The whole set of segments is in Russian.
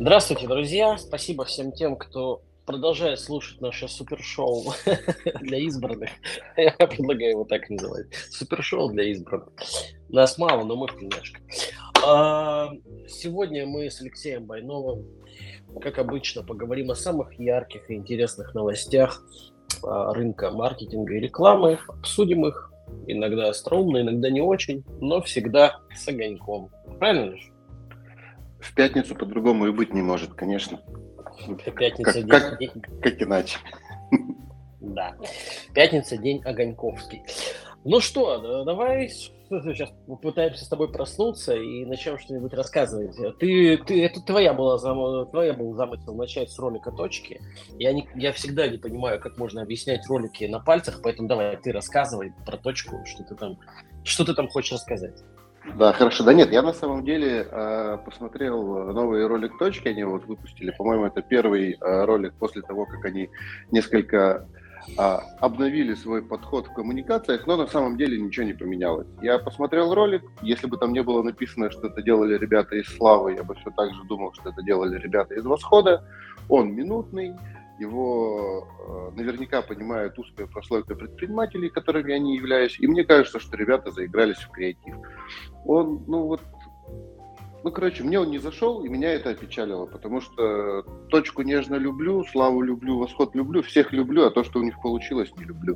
Здравствуйте, друзья! Спасибо всем тем, кто продолжает слушать наше супершоу для избранных. Я предлагаю его так называть. Супершоу для избранных. Нас мало, но мы в пельмешках. Сегодня мы с Алексеем Байновым, как обычно, поговорим о самых ярких и интересных новостях рынка маркетинга и рекламы. Обсудим их. Иногда остроумно, иногда не очень, но всегда с огоньком. Правильно же? В пятницу по-другому и быть не может, конечно. Пятница Как иначе? Да. Пятница, день огоньковский. Ну что, давай сейчас попытаемся с тобой проснуться и начнем что-нибудь рассказывать. Это твоя был замысел начать с ролика точки. Я всегда не понимаю, как можно объяснять ролики на пальцах, поэтому давай ты рассказывай про точку, что ты там хочешь рассказать. Да, хорошо. Да нет, я на самом деле посмотрел новый ролик точки, они вот выпустили. По-моему, это первый ролик после того, как они несколько обновили свой подход в коммуникациях, но на самом деле ничего не поменялось. Я посмотрел ролик, если бы там не было написано, что это делали ребята из Славы, я бы все так же думал, что это делали ребята из Восхода. Он минутный, его наверняка понимают узкая прослойка предпринимателей, которыми я не являюсь, и мне кажется, что ребята заигрались в креатив. Мне он не зашел, и меня это опечалило, потому что точку нежно люблю, Славу люблю, Восход люблю, всех люблю, а то, что у них получилось, не люблю.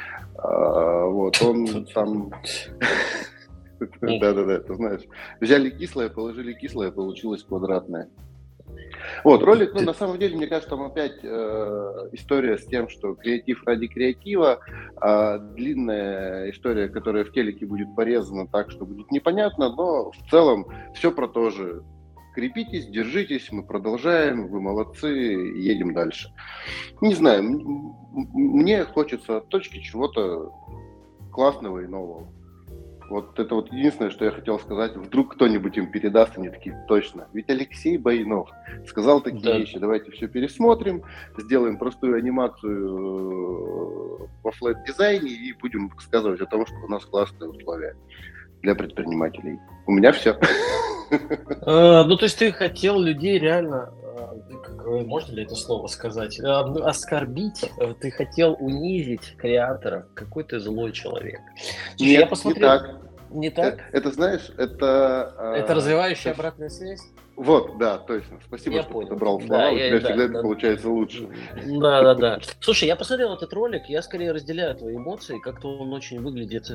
Он там... Да-да-да, ты знаешь. Взяли кислое, положили кислое, получилось квадратное. Ролик, на самом деле, мне кажется, там опять история с тем, что креатив ради креатива, длинная история, которая в телеке будет порезана так, что будет непонятно, но в целом все про то же. Крепитесь, держитесь, мы продолжаем, вы молодцы, едем дальше. Не знаю, мне хочется от точки чего-то классного и нового. Вот это вот единственное, что я хотел сказать. Вдруг кто-нибудь им передаст, они такие, точно. Ведь Алексей Байнов сказал такие вещи. Давайте все пересмотрим, сделаем простую анимацию во флэт-дизайне и будем рассказывать о том, что у нас классные условия для предпринимателей. У меня все. То есть ты хотел людей реально, можно ли это слово сказать, оскорбить, ты хотел унизить креаторов, какой ты злой человек. Слушай, Нет, я посмотрел... не так. Не так? Это знаешь, это... Это развивающая обратная связь? Вот, да, точно. Спасибо, Я что понял. подобрал слова, у тебя всегда это получается лучше. Да. Слушай, я посмотрел этот ролик, я скорее разделяю твои эмоции, как-то он очень выглядит...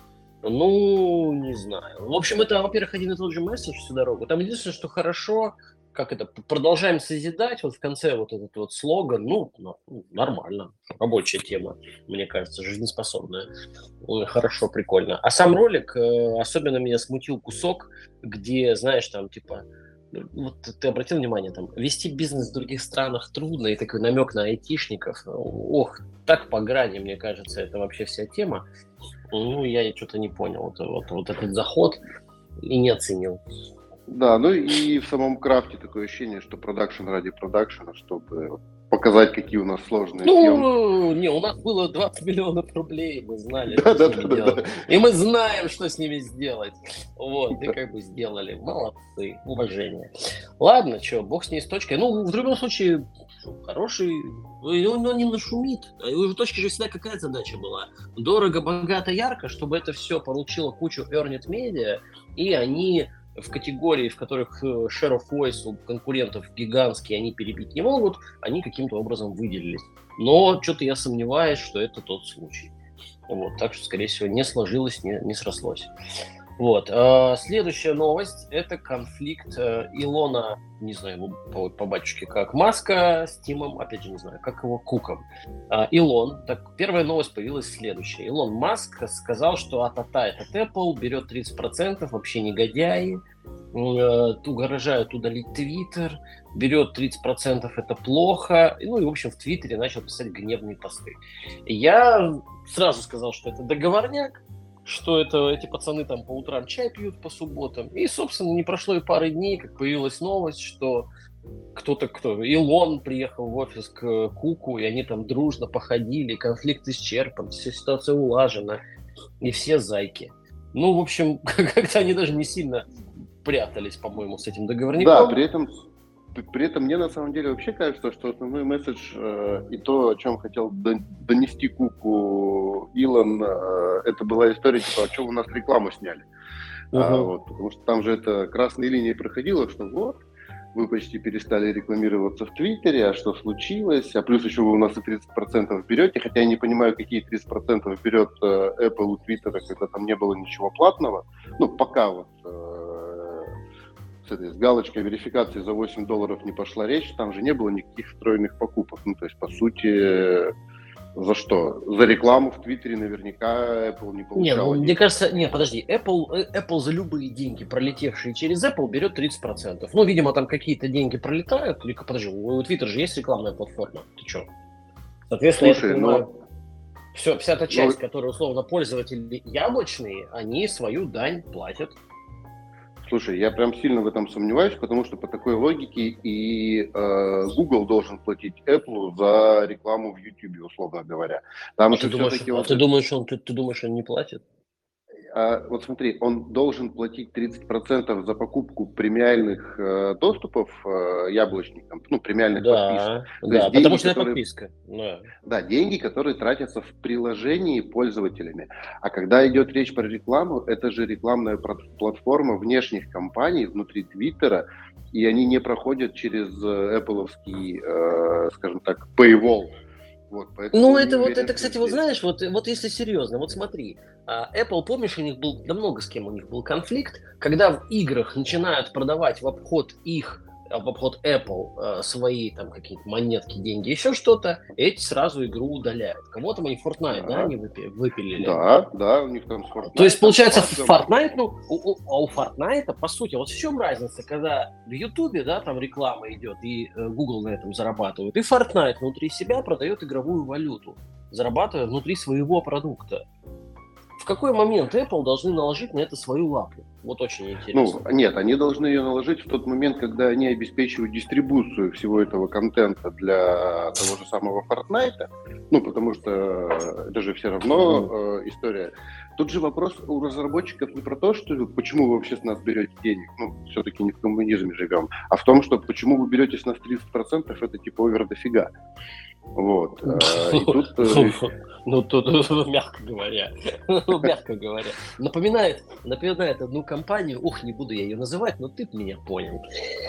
не знаю. В общем, это, во-первых, один и тот же месседж всю дорогу. Там единственное, что хорошо, продолжаем созидать, вот в конце вот этот вот слоган, нормально, рабочая тема, мне кажется, жизнеспособная, хорошо, прикольно. А сам ролик, особенно меня смутил кусок, где, знаешь, там, типа, вот ты обратил внимание, там, вести бизнес в других странах трудно, и такой намек на айтишников, так по грани, мне кажется, это вообще вся тема. Я что-то не понял, вот этот заход и не оценил. Да, и в самом крафте такое ощущение, что продакшн ради продакшена, чтобы показать, какие у нас сложные съемки. У нас было 20 миллионов рублей, мы знали, что с ними делать. И мы знаем, что с ними сделать. И сделали. Молодцы, уважение. Ладно, бог с ней с точкой. В любом случае, хороший, он не нашумит. У точки же всегда какая задача была? Дорого, богато, ярко, чтобы это все получило кучу earned media, и они... в категории, в которых share of voice у конкурентов гигантский, они перебить не могут, они каким-то образом выделились. Но что-то я сомневаюсь, что это тот случай. Так что, скорее всего, не сложилось, не срослось. Следующая новость – это конфликт Илона, не знаю, по батюшке как, Маска с Тимом, опять же не знаю, как его, Куком. Первая новость появилась следующая. Илон Маск сказал, что этот Apple берет 30%, вообще негодяи, угрожают удалить Твиттер, берет 30%, это плохо. В общем, в Твиттере начал писать гневные посты. Я сразу сказал, что это договорняк, что эти пацаны там по утрам чай пьют по субботам. И, собственно, не прошло и пары дней, как появилась новость, что Илон приехал в офис к Куку, и они там дружно походили, конфликт исчерпан, вся ситуация улажена, и все зайки. В общем, как-то они даже не сильно прятались, по-моему, с этим договорником. Да, При этом мне на самом деле вообще кажется, что основной месседж и то, о чем хотел донести Куку Илон, это была история, типа, а что вы у нас рекламу сняли? Вот, потому что там же это красной линией проходило, что вот, вы почти перестали рекламироваться в Твиттере, а что случилось? А плюс еще вы у нас и 30% берете, хотя я не понимаю, какие 30% берет Apple у Твиттера, когда там не было ничего платного. Ну, пока вот с галочкой верификации за $8 не пошла речь, там же не было никаких встроенных покупок. Ну, то есть, по сути, за что? За рекламу в Твиттере наверняка Apple не получала. Мне кажется, подожди, Apple за любые деньги, пролетевшие через Apple, берет 30%. Ну, видимо, там какие-то деньги пролетают. Или, подожди, у Twitter же есть рекламная платформа. Ты что? Соответственно, слушай, я понимаю, вся эта часть, которая, условно, пользователи яблочные, они свою дань платят. Слушай, я прям сильно в этом сомневаюсь, потому что по такой логике и Google должен платить Apple за рекламу в YouTube, условно говоря. Там ты думаешь, он не платит? Вот смотри, он должен платить 30% за покупку премиальных доступов яблочникам, ну, премиальных подписок. Да, потому что это подписка. Да, деньги, которые тратятся в приложении пользователями. А когда идет речь про рекламу, это же рекламная платформа внешних компаний внутри Твиттера, и они не проходят через Apple-овский, скажем так, paywall. Вот, это, кстати, вот знаешь, вот если серьезно, вот смотри, Apple, помнишь, у них был, да много с кем у них был конфликт, когда в играх начинают продавать в обход Apple свои там какие-то монетки, деньги, еще что-то, эти сразу игру удаляют. Кому-то они Fortnite, да, они выпилили. Да, у них там с Fortnite. То есть, получается, Fortnite, у Fortnite, по сути, вот в чем разница, когда в YouTube, да, там реклама идет, и Google на этом зарабатывает, и Fortnite внутри себя продает игровую валюту, зарабатывая внутри своего продукта. В какой момент Apple должны наложить на это свою лапу? Вот очень интересно. Нет, они должны ее наложить в тот момент, когда они обеспечивают дистрибуцию всего этого контента для того же самого Fortnite. Потому что это же все равно история. Тут же вопрос у разработчиков не про то, что почему вы вообще с нас берете денег, все-таки не в коммунизме живем, а в том, что почему вы берете с нас 30%, это типа овер дофига. Вот. И тут, мягко говоря, напоминает одну компанию, не буду я ее называть, но ты меня понял.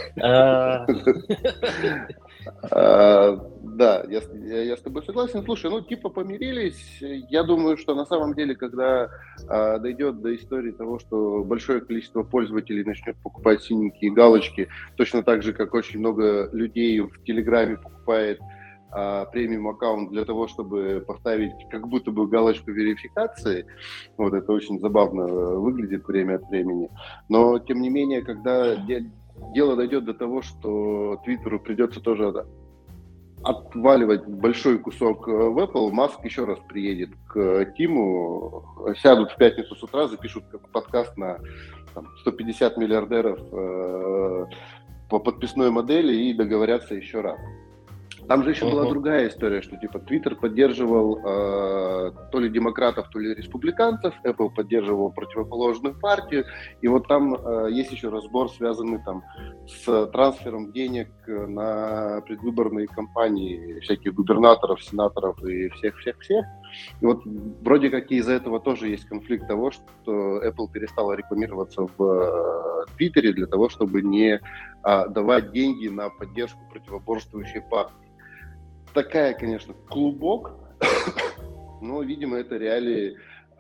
Да, я с тобой согласен. Слушай, помирились. Я думаю, что на самом деле, когда дойдет до истории того, что большое количество пользователей начнет покупать синенькие галочки, точно так же, как очень много людей в Телеграме покупает премиум-аккаунт для того, чтобы поставить как будто бы галочку верификации. Вот это очень забавно выглядит время от времени. Но, тем не менее, когда дело дойдет до того, что Твиттеру придется тоже отваливать большой кусок в Apple, Маск еще раз приедет к Тиму, сядут в пятницу с утра, запишут подкаст на 150 миллиардеров по подписной модели и договорятся еще раз. Там же еще была другая история, что типа Twitter поддерживал то ли демократов, то ли республиканцев, Apple поддерживал противоположную партию, и вот там есть еще разбор, связанный там с трансфером денег на предвыборные кампании всяких губернаторов, сенаторов и всех-всех-всех. И вот вроде как из-за этого тоже есть конфликт того, что Apple перестала рекламироваться в Твиттере для того, чтобы не давать деньги на поддержку противоборствующей партии. Такая, конечно, клубок, но, видимо, это реалии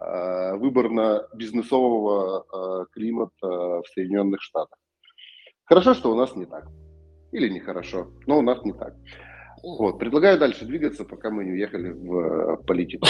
выборно-бизнесового климата в Соединенных Штатах. Хорошо, что у нас не так. Или нехорошо, но у нас не так. Вот, предлагаю дальше двигаться, пока мы не уехали в политику.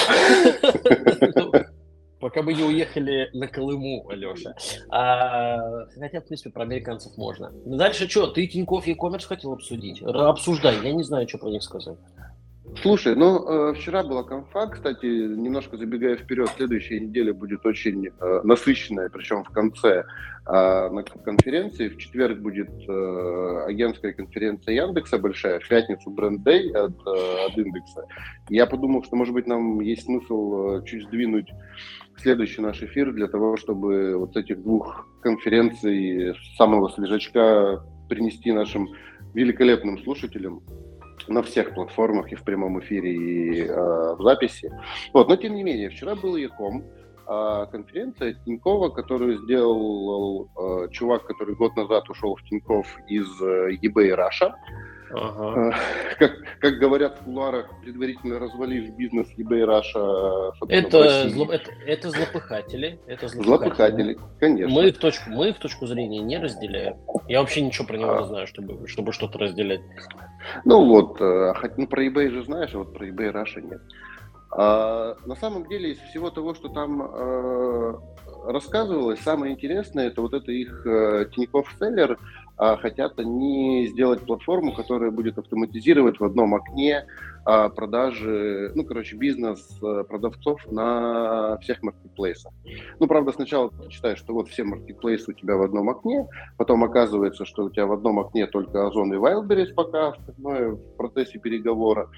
Пока мы не уехали на Колыму, Алеша. Хотя, в принципе, про американцев можно. Дальше что, ты Тинькофф e-commerce хотел обсудить? Обсуждай, я не знаю, что про них сказать. Слушай, вчера была конфа, кстати, немножко забегая вперед, следующая неделя будет очень насыщенная, причем в конце на конференции. В четверг будет агентская конференция Яндекса большая, в пятницу бренд-дэй от индекса. Я подумал, что, может быть, нам есть смысл чуть сдвинуть следующий наш эфир для того, чтобы вот с этих двух конференций самого свежачка принести нашим великолепным слушателем на всех платформах, и в прямом эфире, и в записи. Вот, но тем не менее, вчера был Яком, конференция Тинькова, которую сделал чувак, который год назад ушел в Тинькофф из eBay Russia. Ага. Как говорят в кулуарах, предварительно развалив бизнес eBay Russia. Это злопыхатели. Злопыхатели, конечно. Мы их точку зрения не разделяем. Я вообще ничего про него не знаю, чтобы что-то разделять. Ну вот, про eBay же знаешь, а вот про eBay Russia нет. На самом деле, из всего того, что там рассказывалось, самое интересное, это вот это их Тинькофф Seller. Хотят они сделать платформу, которая будет автоматизировать в одном окне продажи, бизнес продавцов на всех маркетплейсах. Правда, сначала ты читаешь, что вот все маркетплейсы у тебя в одном окне, потом оказывается, что у тебя в одном окне только Озон и Wildberries пока, остальное в процессе переговоров.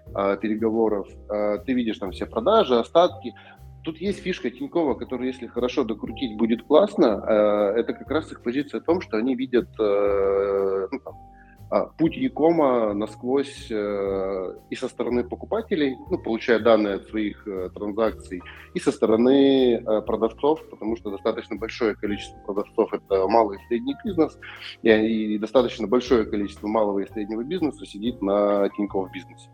Ты видишь там все продажи, остатки. Тут есть фишка Тинькова, которую, если хорошо докрутить, будет классно. Это как раз их позиция о том, что они видят путь Якома насквозь и со стороны покупателей, получая данные от своих транзакций, и со стороны продавцов, потому что достаточно большое количество продавцов – это малый и средний бизнес, и достаточно большое количество малого и среднего бизнеса сидит на Тинькофф бизнесе.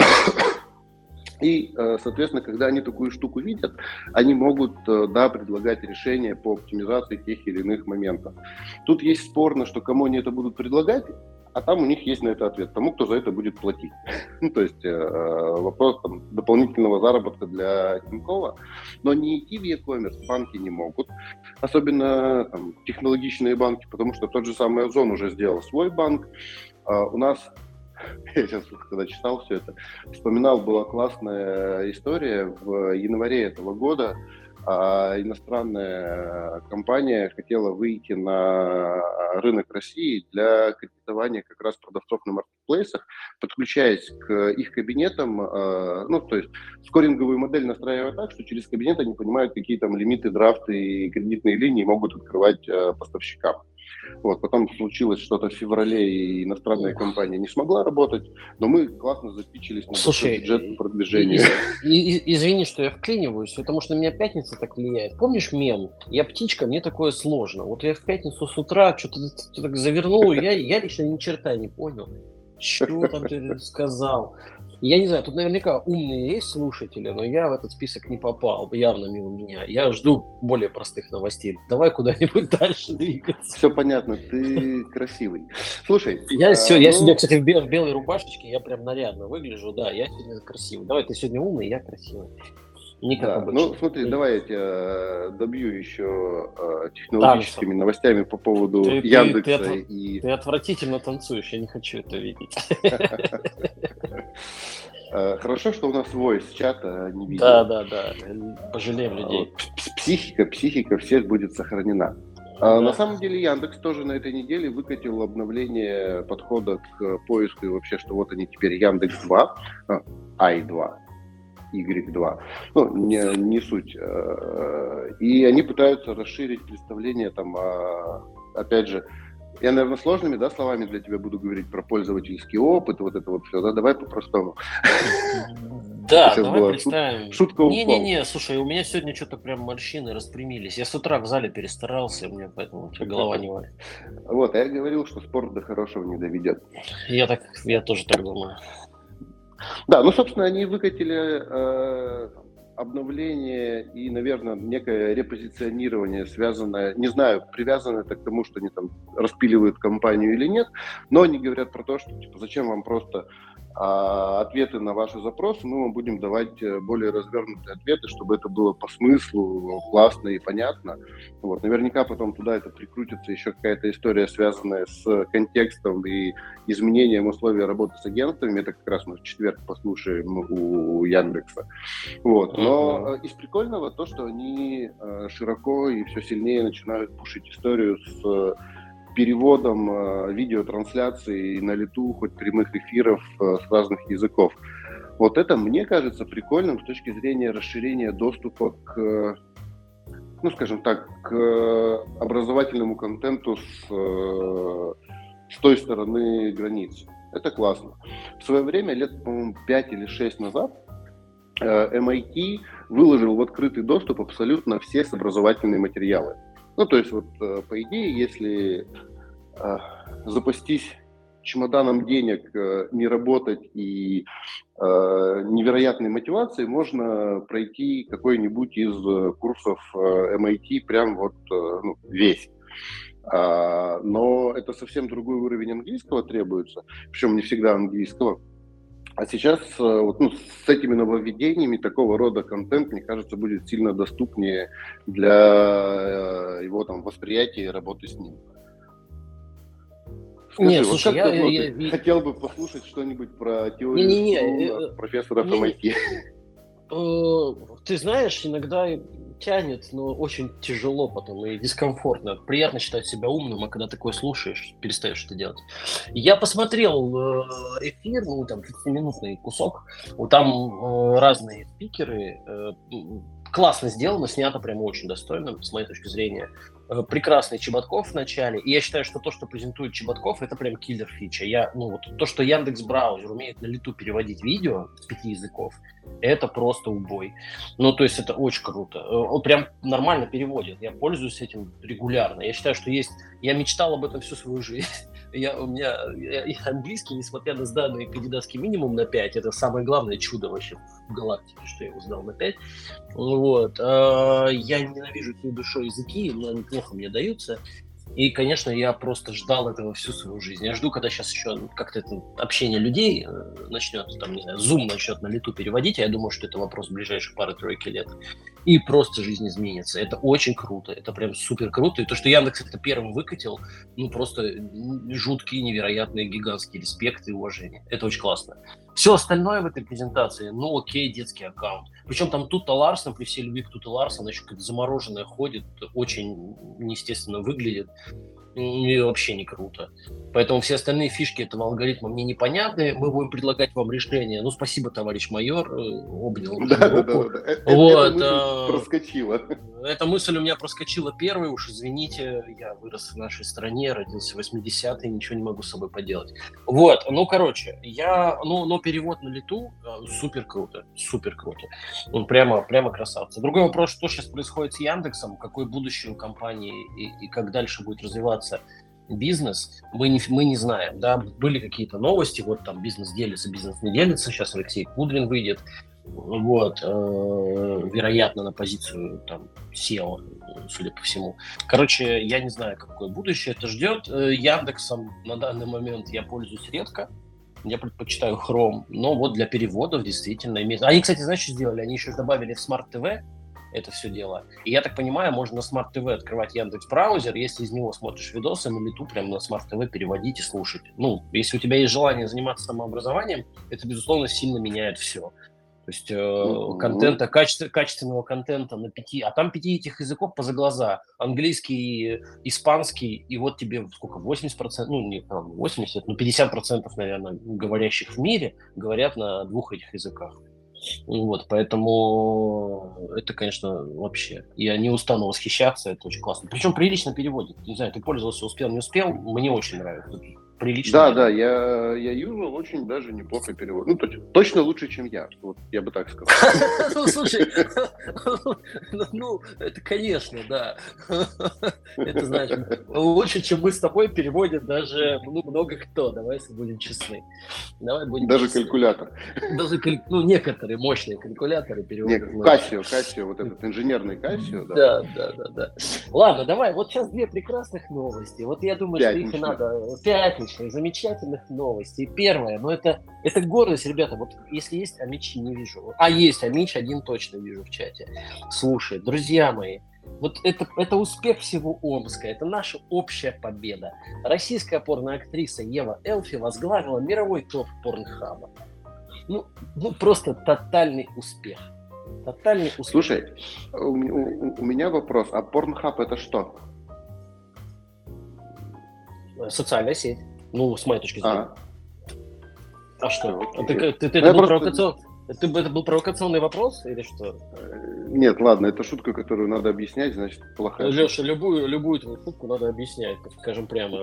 И, соответственно, когда они такую штуку видят, они могут, предлагать решения по оптимизации тех или иных моментов. Тут есть спорно, что кому они это будут предлагать, а там у них есть на это ответ, тому, кто за это будет платить. То есть вопрос дополнительного заработка для Тинькова. Но не идти в e-commerce банки не могут, особенно технологичные банки, потому что тот же самый Озон уже сделал свой банк. У нас... Я сейчас, когда читал все это, вспоминал, была классная история. В январе этого года иностранная компания хотела выйти на рынок России для кредитования как раз продавцов на маркетплейсах, подключаясь к их кабинетам, то есть скоринговую модель настраивая так, что через кабинет они понимают, какие там лимиты, драфты и кредитные линии могут открывать поставщикам. Вот, потом случилось что-то в феврале, и иностранная компания не смогла работать, но мы классно запичились на большой бюджет по продвижению. Извини, что я вклиниваюсь, потому что на меня пятница так влияет. Помнишь мем? Я птичка, мне такое сложно. Вот я в пятницу с утра что-то так завернул, я лично ни черта не понял. Что там ты сказал? Я не знаю, тут наверняка умные есть слушатели, но я в этот список не попал, явно мимо меня. Я жду более простых новостей. Давай куда-нибудь дальше двигаться. Все понятно, ты красивый. Слушай, я сегодня, кстати, в белой рубашечке, я прям нарядно выгляжу, да, я сегодня красивый. Давай, ты сегодня умный, я красивый. Смотри, давай я тебя добью еще технологическими новостями по поводу Яндекса. Ты отвратительно танцуешь, я не хочу это видеть. Хорошо, что у нас voice чата не видно. Да, пожалеем людей. Психика всех будет сохранена. На самом деле Яндекс тоже на этой неделе выкатил обновление подхода к поиску и вообще, что вот они теперь Яндекс.2, i2. Y2. Не суть. И они пытаются расширить представление опять же, я, наверное, сложными словами для тебя буду говорить про пользовательский опыт, вот это вот все. Да, давай по-простому. Да, давай представим. Шутка упала. Не, слушай, у меня сегодня что-то прям морщины распрямились. Я с утра в зале перестарался, у меня поэтому голова не варит. Вот, а я говорил, что спорт до хорошего не доведет. Я тоже так думаю. Да, собственно, они выкатили обновление и, наверное, некое репозиционирование, связанное, не знаю, привязано это к тому, что они там распиливают компанию или нет, но они говорят про то, что зачем вам просто ответы на ваши запросы, мы вам будем давать более развернутые ответы, чтобы это было по смыслу классно и понятно. Вот. Наверняка потом туда это прикрутится еще какая-то история, связанная с контекстом и изменением условий работы с агентствами. Это как раз мы в четверг послушаем у Яндекса. Вот. Но из прикольного то, что они широко и все сильнее начинают пушить историю с переводом видеотрансляций на лету, хоть прямых эфиров с разных языков. Вот это, мне кажется, прикольным с точки зрения расширения доступа к, к образовательному контенту с той стороны границы. Это классно. В свое время, лет, по-моему, 5 или 6 назад, MIT выложил в открытый доступ абсолютно все образовательные материалы. Ну, то есть, вот, по идее, если запастись чемоданом денег, не работать и невероятной мотивацией, можно пройти какой-нибудь из курсов MIT прям вот весь. Но это совсем другой уровень английского требуется, причем не всегда английского. А сейчас с этими нововведениями такого рода контент, мне кажется, будет сильно доступнее для его восприятия и работы с ним. Скажи, Нет, слушай, я хотел бы послушать что-нибудь про теорию профессора MIT. Ты знаешь, иногда тянет, но очень тяжело потом и дискомфортно. Приятно считать себя умным, а когда такое слушаешь, перестаешь это делать. Я посмотрел эфир, 30-минутный кусок. Там разные спикеры. Классно сделано, снято прямо очень достойно, с моей точки зрения. Прекрасный Чеботков в начале. И я считаю, что то, что презентует Чеботков, это прям киллер-фича. То, что Яндекс.Браузер умеет на лету переводить видео с 5 языков, это просто убой. То есть это очень круто. Он прям нормально переводит. Я пользуюсь этим регулярно. Я считаю, что я мечтал об этом всю свою жизнь. У меня английский, несмотря на сданный кандидатский минимум на 5, это самое главное чудо вообще в галактике, что я его сдал на 5. Я ненавижу всей душой языки, но они плохо мне даются. И, конечно, я просто ждал этого всю свою жизнь. Я жду, когда сейчас еще как-то это общение людей начнет, Zoom начнет на лету переводить, а я думаю, что это вопрос ближайших пары-тройки лет. И просто жизнь изменится. Это очень круто, это прям супер круто. И то, что Яндекс это первым выкатил, просто жуткие, невероятные, гигантские респект и уважение. Это очень классно. Все остальное в этой презентации, окей, детский аккаунт. Причем там Тута Ларсон, при всей любви к Тута Ларсон, еще как замороженная ходит, очень неестественно выглядит. И вообще не круто. Поэтому все остальные фишки этого алгоритма мне непонятны. Мы будем предлагать вам решение. Спасибо, товарищ майор. Обнял. Да. Эта мысль проскочила. Эта мысль у меня проскочила первой. Уж извините, я вырос в нашей стране, родился в 80-е, ничего не могу с собой поделать. Перевод на лету супер круто. Супер круто. Прямо красавцы. Другой вопрос, что сейчас происходит с Яндексом, какое будущее у компании и как дальше будет развиваться бизнес, мы не знаем. Да? Были какие-то новости, бизнес делится, бизнес не делится, сейчас Алексей Кудрин выйдет, вероятно, на позицию SEO, судя по всему. Короче, я не знаю, какое будущее это ждет. Яндексом на данный момент я пользуюсь редко, я предпочитаю Chrome, но для переводов действительно имеет. Они, кстати, знаешь, что сделали? Они еще добавили в Smart TV это все дело. И я так понимаю, можно на Smart TV открывать Яндекс.Браузер, если из него смотришь видосы, на лету прямо на Smart TV переводить и слушать. Если у тебя есть желание заниматься самообразованием, это, безусловно, сильно меняет все. То есть качественного контента на 5, а там 5 этих языков поза глаза. Английский, испанский, и тебе сколько, 80%, не 80, 50%, наверное, говорящих в мире говорят на 2 этих языках. Поэтому это, конечно, вообще. Я не устану восхищаться, это очень классно. Причем прилично переводит. Не знаю, ты пользовался, успел, не успел, мне очень нравится. Прилично. Да, я юзал, очень даже неплохо перевод. Точно лучше, чем я. Я бы так сказал. Слушай, это, конечно, да. Это значит, лучше, чем мы с тобой переводим даже много кто. Давай будем честны. Даже калькулятор. Даже некоторые мощные калькуляторы переводят. Casio, этот инженерный Casio. Да. Ладно, давай, сейчас 2 прекрасных новости. Я думаю, что их и надо. Пятничных, замечательных новостей. Первое, это гордость, ребята. Если есть Амичи, не вижу. А есть Амич, один точно вижу в чате. Слушай, друзья мои, это успех всего Омска, это наша общая победа. Российская порноактриса Ева Элфи возглавила мировой топ Порнхаба. Просто тотальный успех. Слушай, у меня вопрос. А Порнхаб это что? Социальная сеть. С моей точки зрения. А что? Ты Это был провокационный вопрос или что? Нет, ладно, это шутка, которую надо объяснять, значит, плохая Леша, шутка. любую твою шутку надо объяснять, так скажем прямо.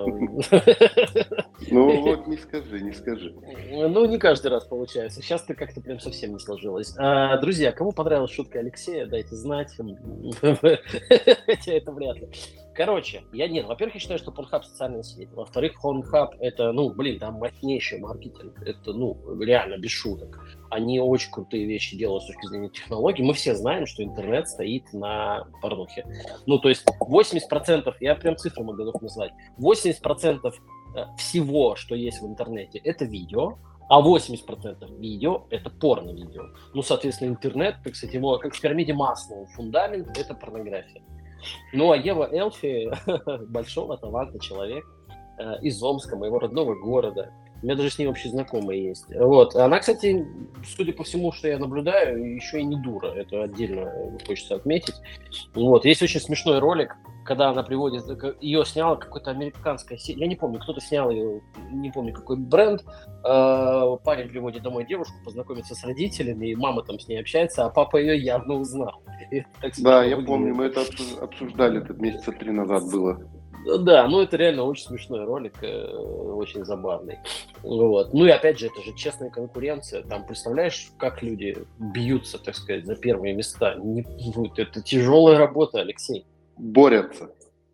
Ну вот не скажи. Ну, не каждый раз получается. Сейчас-то как-то прям совсем не сложилось. Друзья, кому понравилась шутка Алексея, дайте знать. Хотя это вряд ли. Короче, во-первых, я считаю, что Pornhub социальная сеть. Во-вторых, Pornhub это, там мощнейший маркетинг. Это, реально без шуток. Они очень крутые вещи делают с точки зрения технологий. Мы все знаем, что интернет стоит на порнухе. То есть 80%, я прям цифры могу назвать, 80% всего, что есть в интернете, это видео, а 80% видео – это порно-видео. Соответственно, интернет, так сказать, его как в пирамиде Маслоу, фундамент – это порнография. А Ева Элфи – большого таланта человек из Омска, моего родного города. У меня даже с ней общие знакомые есть. Она, кстати, судя по всему, что я наблюдаю, еще и не дура. Это отдельно хочется отметить. Есть очень смешной ролик, когда она приводит... Ее сняла какая-то американская сеть. Я не помню, кто-то снял ее, не помню, какой бренд. Парень приводит домой девушку, познакомиться с родителями, и мама там с ней общается, а папа ее явно узнал. Да, я помню, мы это обсуждали, это месяца 3 назад было. Да, это реально очень смешной ролик, очень забавный. И опять же, это же честная конкуренция. Там, представляешь, как люди бьются, так сказать, за первые места. Это тяжелая работа, Алексей. Борются.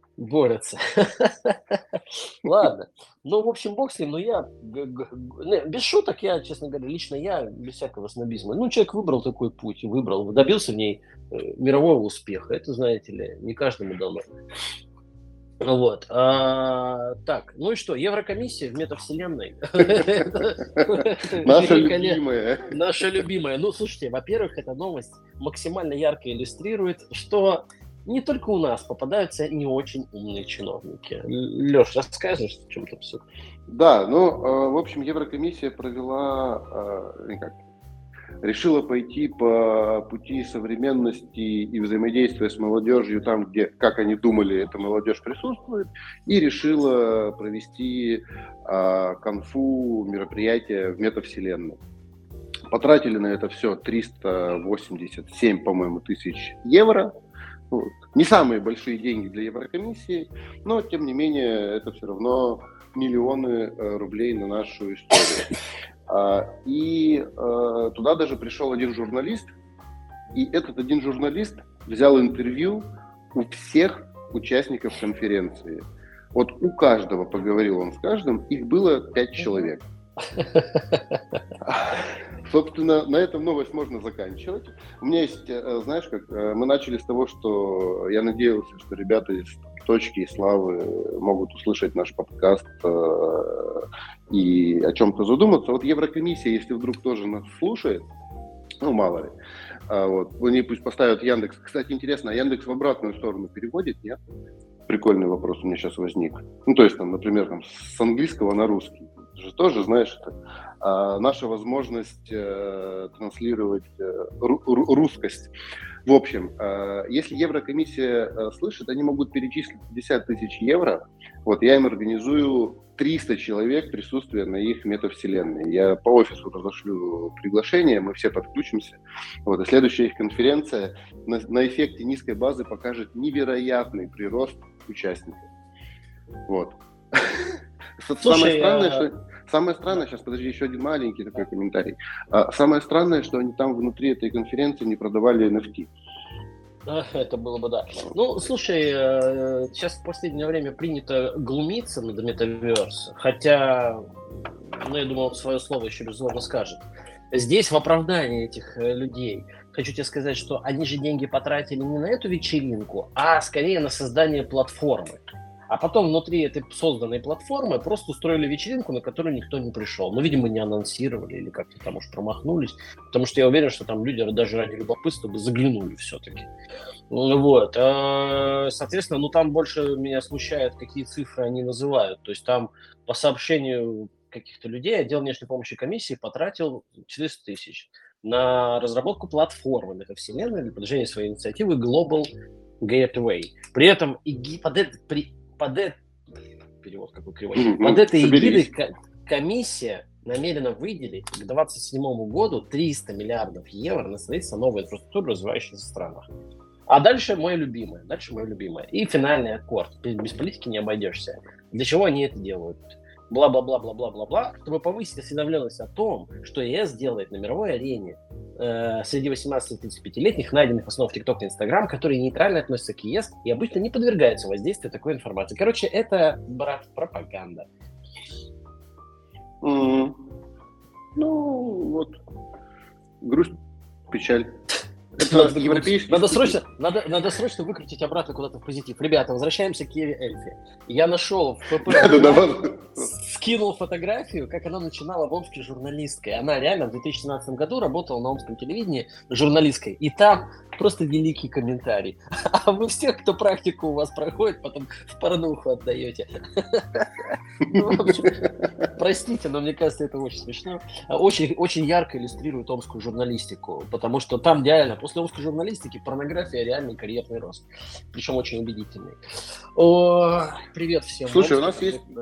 Ладно. В общем, бог с ним, я без шуток, честно говоря, лично я без всякого снобизма. Человек выбрал такой путь, добился в ней мирового успеха. Это, знаете ли, не каждому дано. Так, и что, Еврокомиссия в метавселенной. Наша любимая. Наша любимая. Слушайте, во-первых, эта новость максимально ярко иллюстрирует, что не только у нас попадаются не очень умные чиновники. Леш, расскажешь, в чем там все? Да, в общем, Еврокомиссия решила пойти по пути современности и взаимодействия с молодежью там, где, как они думали, эта молодежь присутствует, и решила провести конфу мероприятие в метавселенной. Потратили на это все 387, по-моему, тысяч евро. Не самые большие деньги для Еврокомиссии, но, тем не менее, это все равно миллионы рублей на нашу историю. И туда даже пришел один журналист, и этот один журналист взял интервью у всех участников конференции. У каждого поговорил он с каждым, их было 5 человек. Собственно, на этом новость можно заканчивать. У меня есть, знаешь, мы начали с того, что я надеялся, что ребята из «Точки» и «Славы» могут услышать наш подкаст и о чем-то задуматься. Еврокомиссия, если вдруг тоже нас слушает, мало ли, они пусть поставят Яндекс. Кстати, интересно, а Яндекс в обратную сторону переводит, нет? Прикольный вопрос у меня сейчас возник. То есть, например, с английского на русский. Ты же тоже, знаешь, это наша возможность транслировать русскость. В общем, если Еврокомиссия слышит, они могут перечислить 50 тысяч евро. Я им организую 300 человек присутствия на их метавселенной. Я по офису разошлю приглашение, мы все подключимся. И следующая их конференция на эффекте низкой базы покажет невероятный прирост участников. Слушай, Самое странное, сейчас, подожди, еще один маленький такой комментарий. Самое странное, что они там внутри этой конференции не продавали NFT. Это было бы, да. Слушай, сейчас в последнее время принято глумиться над Metaverse, хотя, я думаю, он свое слово еще, безусловно, скажет. Здесь в оправдании этих людей хочу тебе сказать, что они же деньги потратили не на эту вечеринку, а скорее на создание платформы. А потом внутри этой созданной платформы просто устроили вечеринку, на которую никто не пришел. Видимо, не анонсировали или как-то там уж промахнулись. Потому что я уверен, что там люди даже ради любопытства бы заглянули все-таки. Соответственно, там больше меня смущает, какие цифры они называют. То есть там по сообщению каких-то людей отдел внешней помощи комиссии потратил 400 тысяч на разработку платформы метавселенной для продвижения своей инициативы Global Gateway. При этом перевод какой кривой. Под этой эгидой комиссия намерена выделить к 2027 году 300 миллиардов евро на строительство новой инфраструктуры в развивающихся странах. А дальше мое любимое. И финальный аккорд. Без политики не обойдешься. Для чего они это делают? Бла-бла-бла-бла-бла-бла-бла, чтобы повысить осведомленность о том, что ЕС делает на мировой арене среди 18-35-летних, найденных в основном в ТикТок и Инстаграм, которые нейтрально относятся к ЕС и обычно не подвергаются воздействию такой информации. Короче, это, брат, пропаганда. Ну, вот. Грусть, печаль. Надо срочно выкрутить обратно куда-то в позитив. Ребята, возвращаемся к Еве Эльфи. Я нашел в ПП, скинул фотографию, как она начинала в Омске журналисткой. Она реально в 2017 году работала на омском телевидении журналисткой. И там просто великий комментарий. А вы всех, кто практику у вас проходит, потом в порнуху отдаете. Простите, но мне кажется, это очень смешно. Очень ярко иллюстрирует омскую журналистику, потому что там реально после омской журналистики порнография реальный карьерный рост. Причем очень убедительный. Привет всем. Слушай, у нас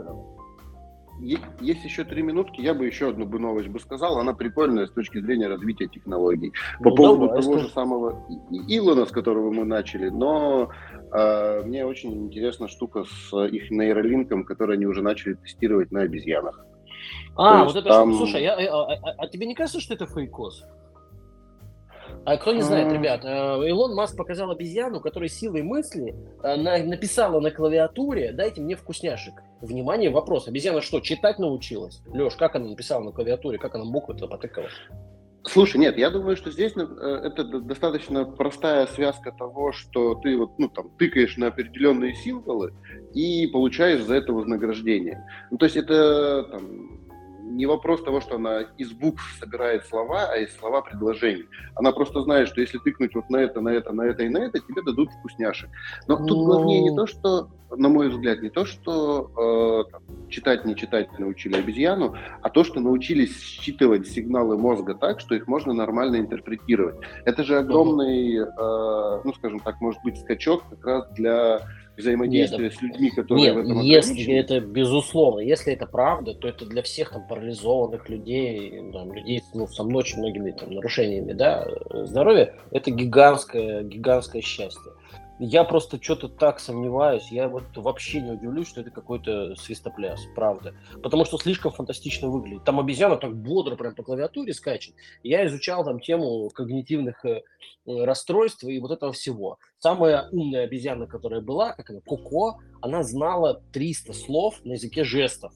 есть еще 3 минутки, я бы еще одну новость сказал, она прикольная с точки зрения развития технологий. По поводу того же самого Илона, с которого мы начали, но мне очень интересна штука с их нейролинком, который они уже начали тестировать на обезьянах. Вот это там... Слушай, а тебе не кажется, что это фейкос? Кто не знает, ребят, Илон Маск показал обезьяну, которая силой мысли написала на клавиатуре: «Дайте мне вкусняшек». Внимание, вопрос. Обезьяна что, читать научилась? Леш, как она написала на клавиатуре? Как она буквы-то потыкала? Слушай, нет, я думаю, что здесь это достаточно простая связка того, что ты тыкаешь на определенные символы и получаешь за это вознаграждение. То есть это не вопрос того, что она из букв собирает слова, а из слова предложений. Она просто знает, что если тыкнуть вот на это и на это, тебе дадут вкусняшек. Но тут главнее не то, что, на мой взгляд, не то, что читать, не читать научили обезьяну, а то, что научились считывать сигналы мозга так, что их можно нормально интерпретировать. Это же огромный, скажем так, может быть, скачок как раз для взаимодействия с людьми, которые в этом если это безусловно, если это правда, то это для всех парализованных людей, людей с очень многими нарушениями здоровья, это гигантское счастье. Я просто что-то так сомневаюсь, я вообще не удивлюсь, что это какой-то свистопляс, правда. Потому что слишком фантастично выглядит. Там обезьяна так бодро прям по клавиатуре скачет. Я изучал тему когнитивных расстройств и вот этого всего. Самая умная обезьяна, которая была, Коко, она знала 300 слов на языке жестов.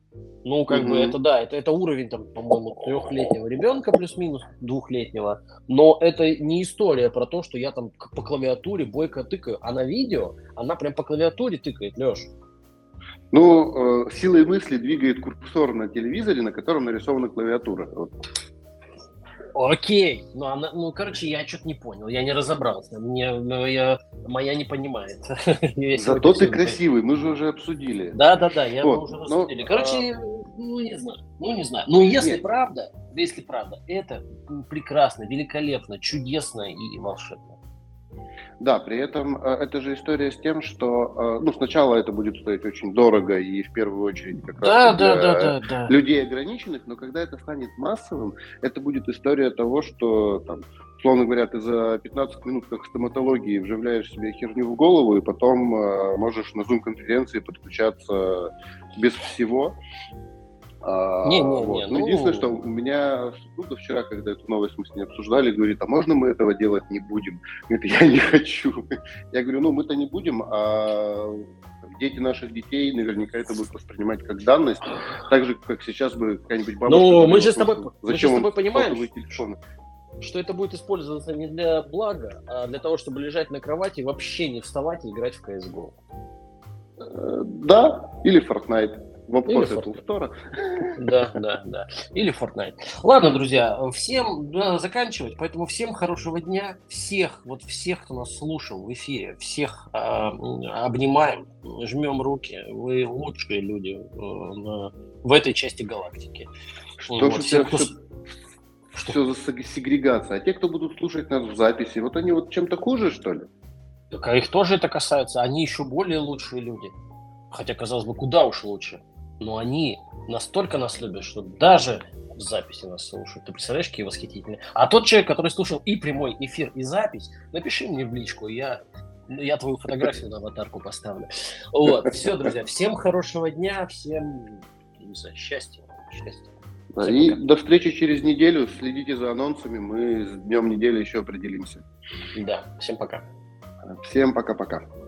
Это уровень, по-моему, 3-летнего ребенка, плюс-минус 2-летнего, но это не история про то, что я по клавиатуре бойко тыкаю, а на видео она прям по клавиатуре тыкает, Леш. Силой мысли двигает курсор на телевизоре, на котором нарисована клавиатура. Окей, я что-то не понял, я не разобрался, моя не понимает. Зато ты красивый, мы же уже обсудили. Да, мы уже обсудили. Не знаю. Если правда, это прекрасно, великолепно, чудесно и волшебно. Да, при этом это же история с тем, что сначала это будет стоить очень дорого и в первую очередь как раз для людей ограниченных, но когда это станет массовым, это будет история того, что, условно говоря, ты за 15 минут как в стоматологии вживляешь себе херню в голову и потом можешь на Zoom-конференции подключаться без всего. Единственное, что у меня супруга вчера, когда эту новость мы с ней обсуждали, говорит: а можно мы этого делать не будем? Говорит: я не хочу. Я говорю: мы-то не будем, а дети наших детей наверняка это будут воспринимать как данность, так же, как сейчас бы какая-нибудь бабушка... мы же с тобой понимаем, что это будет использоваться не для блага, а для того, чтобы лежать на кровати, вообще не вставать и играть в CSGO. Да, или Fortnite. Вопрос Apple Store. Да. Или Fortnite. Ладно, друзья, всем надо заканчивать, поэтому всем хорошего дня. Всех, кто нас слушал в эфире, всех обнимаем, жмем руки. Вы лучшие люди в этой части галактики. Что за сегрегация? А те, кто будут слушать нас в записи, они чем-то хуже, что ли? Так, а их тоже это касается. Они еще более лучшие люди. Хотя, казалось бы, куда уж лучше. но они настолько нас любят, что даже в записи нас слушают. Ты представляешь, какие восхитительные. А тот человек, который слушал и прямой эфир, и запись, напиши мне в личку, я твою фотографию на аватарку поставлю. Вот, все, друзья, всем хорошего дня, всем, не знаю, счастья. И до встречи через неделю. Следите за анонсами, мы с днем недели еще определимся. Да, всем пока. Всем пока-пока.